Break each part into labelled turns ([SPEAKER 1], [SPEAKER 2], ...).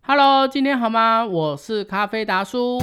[SPEAKER 1] Hello， 今天好吗？我是咖啡达叔。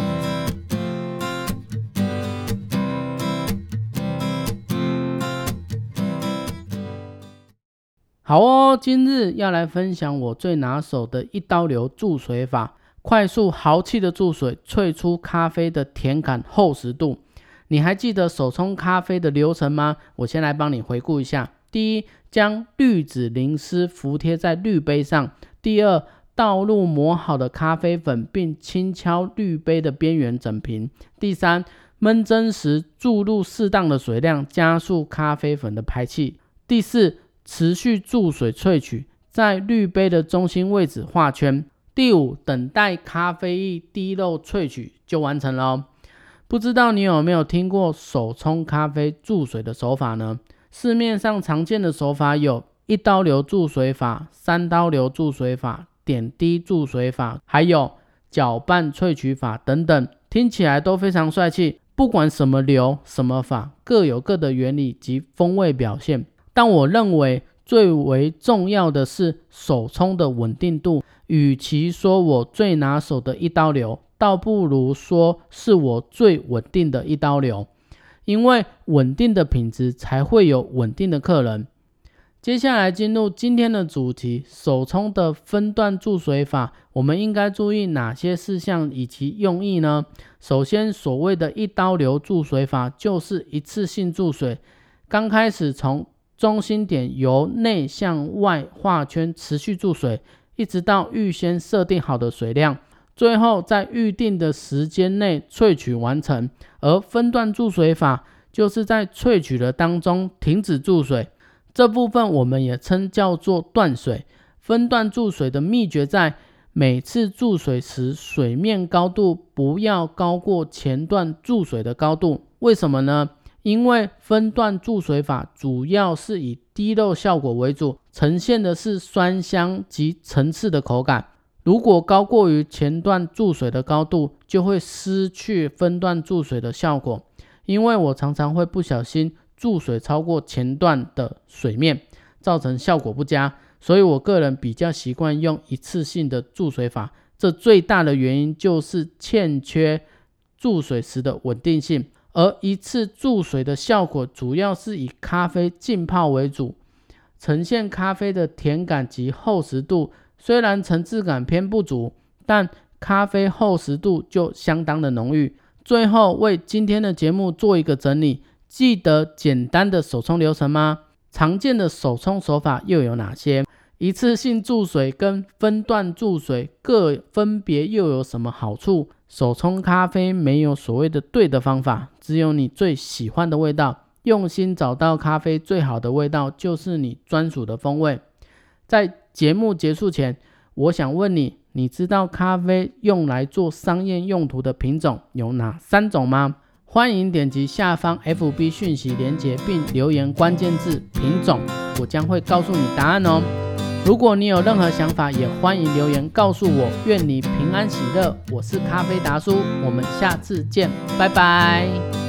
[SPEAKER 1] 好哦，今日要来分享我最拿手的一刀流注水法，快速豪气的注水，萃出咖啡的甜感厚实度。你还记得手冲咖啡的流程吗？我先来帮你回顾一下。第一，将滤纸淋湿服贴在滤杯上。第二，倒入磨好的咖啡粉，并轻敲滤杯的边缘整平。第三，焖蒸时注入适当的水量，加速咖啡粉的排气。第四，持续注水萃取，在滤杯的中心位置画圈。第五，等待咖啡液滴漏萃取就完成了哦。不知道你有没有听过手冲咖啡注水的手法呢？市面上常见的手法有一刀流注水法、三刀流注水法、点滴注水法，还有搅拌萃取法等等，听起来都非常帅气。不管什么流什么法，各有各的原理及风味表现，但我认为最为重要的是手冲的稳定度。与其说我最拿手的一刀流，倒不如说是我最稳定的一刀流，因为稳定的品质才会有稳定的客人。接下来进入今天的主题，手冲的分段注水法，我们应该注意哪些事项以及用意呢？首先，所谓的一刀流注水法就是一次性注水，刚开始从中心点由内向外画圈持续注水，一直到预先设定好的水量，最后在预定的时间内萃取完成。而分段注水法就是在萃取的当中停止注水，这部分我们也称叫做断水。分段注水的秘诀在每次注水时水面高度不要高过前段注水的高度。为什么呢？因为分段注水法主要是以滴漏效果为主，呈现的是酸香及层次的口感。如果高过于前段注水的高度，就会失去分段注水的效果。因为我常常会不小心注水超过前段的水面，造成效果不佳，所以我个人比较习惯用一次性的注水法。这最大的原因就是欠缺注水时的稳定性，而一次注水的效果主要是以咖啡浸泡为主，呈现咖啡的甜感及厚实度。虽然层次感偏不足，但咖啡厚实度就相当的浓郁。最后为今天的节目做一个整理，记得简单的手冲流程吗？常见的手冲手法又有哪些？一次性注水跟分段注水各分别又有什么好处？手冲咖啡没有所谓的对的方法，只有你最喜欢的味道。用心找到咖啡最好的味道，就是你专属的风味。在节目结束前，我想问你，你知道咖啡用来做商业用途的品种有哪3种吗？欢迎点击下方 FB 讯息连结并留言关键字品种，我将会告诉你答案哦。如果你有任何想法，也欢迎留言告诉我。愿你平安喜乐，我是咖啡达叔，我们下次见，拜拜。